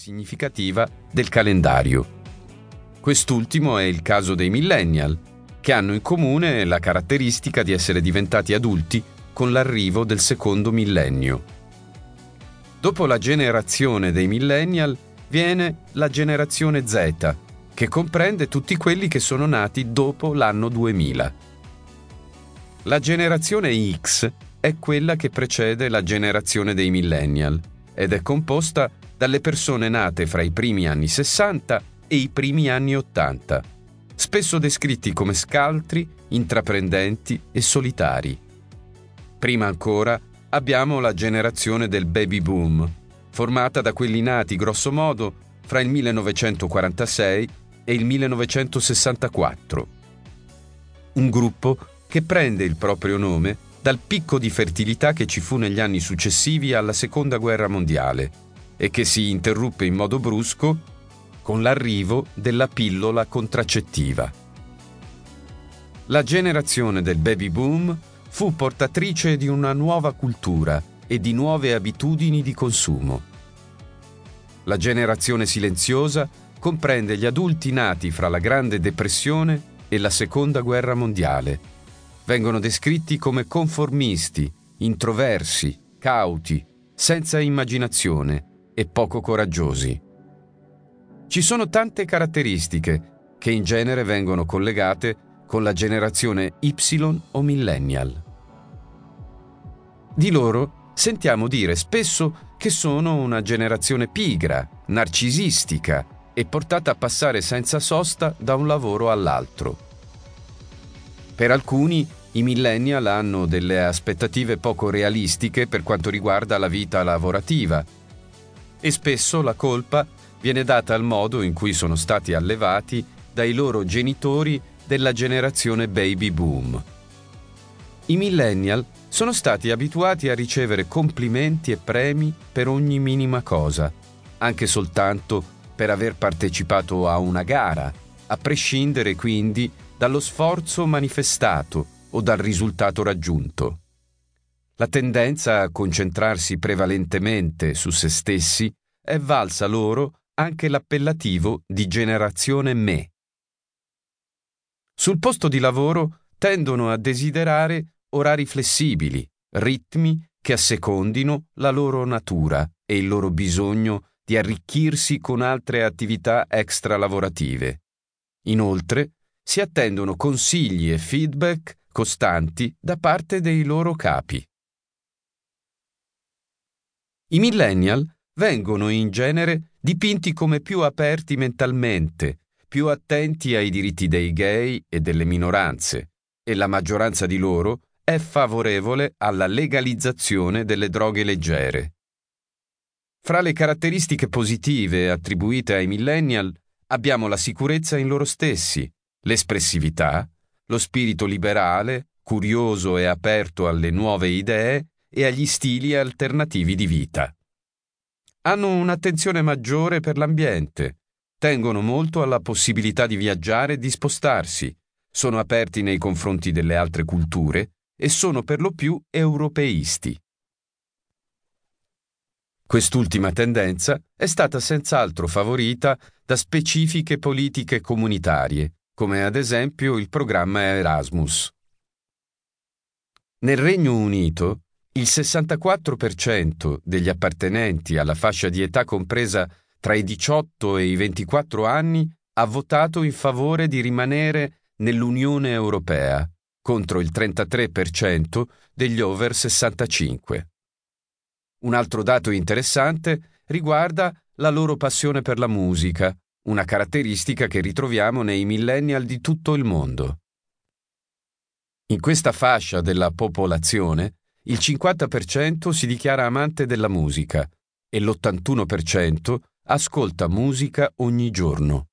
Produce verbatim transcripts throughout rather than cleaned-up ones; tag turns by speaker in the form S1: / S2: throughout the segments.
S1: significativa del calendario. Quest'ultimo è il caso dei millennial, che hanno in comune la caratteristica di essere diventati adulti con l'arrivo del secondo millennio. Dopo la generazione dei millennial viene la generazione Z, che comprende tutti quelli che sono nati dopo l'anno duemila. La generazione X è quella che precede la generazione dei millennial ed è composta dalle persone nate fra i primi anni sessanta e i primi anni ottanta, spesso descritti come scaltri, intraprendenti e solitari. Prima ancora abbiamo la generazione del baby boom, formata da quelli nati grossomodo fra il millenovecentoquarantasei e il millenovecentosessantaquattro. Un gruppo che prende il proprio nome dal picco di fertilità che ci fu negli anni successivi alla Seconda Guerra Mondiale e che si interruppe in modo brusco con l'arrivo della pillola contraccettiva. La generazione del baby boom fu portatrice di una nuova cultura e di nuove abitudini di consumo. La generazione silenziosa comprende gli adulti nati fra la Grande Depressione e la Seconda Guerra Mondiale. Vengono descritti come conformisti, introversi, cauti, senza immaginazione e poco coraggiosi. Ci sono tante caratteristiche che in genere vengono collegate con la generazione Y o millennial. Di loro sentiamo dire spesso che sono una generazione pigra, narcisistica e portata a passare senza sosta da un lavoro all'altro. Per alcuni i millennial hanno delle aspettative poco realistiche per quanto riguarda la vita lavorativa e spesso la colpa viene data al modo in cui sono stati allevati dai loro genitori della generazione baby boom. I millennial sono stati abituati a ricevere complimenti e premi per ogni minima cosa, anche soltanto per aver partecipato a una gara, a prescindere quindi dallo sforzo manifestato o dal risultato raggiunto. La tendenza a concentrarsi prevalentemente su se stessi è valsa loro anche l'appellativo di generazione me. Sul posto di lavoro tendono a desiderare orari flessibili, ritmi che assecondino la loro natura e il loro bisogno di arricchirsi con altre attività extralavorative. Inoltre, si attendono consigli e feedback costanti da parte dei loro capi. I millennial vengono in genere dipinti come più aperti mentalmente, più attenti ai diritti dei gay e delle minoranze, e la maggioranza di loro è favorevole alla legalizzazione delle droghe leggere. Fra le caratteristiche positive attribuite ai millennial abbiamo la sicurezza in loro stessi, l'espressività, lo spirito liberale, curioso e aperto alle nuove idee e agli stili alternativi di vita. Hanno un'attenzione maggiore per l'ambiente, tengono molto alla possibilità di viaggiare e di spostarsi, sono aperti nei confronti delle altre culture e sono per lo più europeisti. Quest'ultima tendenza è stata senz'altro favorita da specifiche politiche comunitarie, come ad esempio il programma Erasmus. Nel Regno Unito, il sessantaquattro per cento degli appartenenti alla fascia di età compresa tra i diciotto e i ventiquattro anni ha votato in favore di rimanere nell'Unione Europea, contro il trentatré per cento degli over sessantacinque. Un altro dato interessante riguarda la loro passione per la musica, una caratteristica che ritroviamo nei millennial di tutto il mondo. In questa fascia della popolazione, il cinquanta per cento si dichiara amante della musica e l'ottantuno per cento ascolta musica ogni giorno.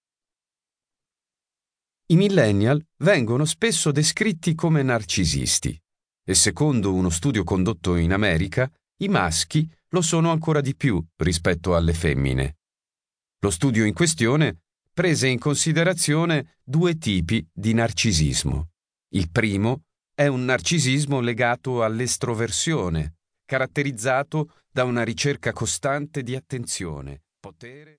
S1: I millennial vengono spesso descritti come narcisisti e secondo uno studio condotto in America, i maschi lo sono ancora di più rispetto alle femmine. Lo studio in questione prese in considerazione due tipi di narcisismo. Il primo è un narcisismo legato all'estroversione, caratterizzato da una ricerca costante di attenzione, potere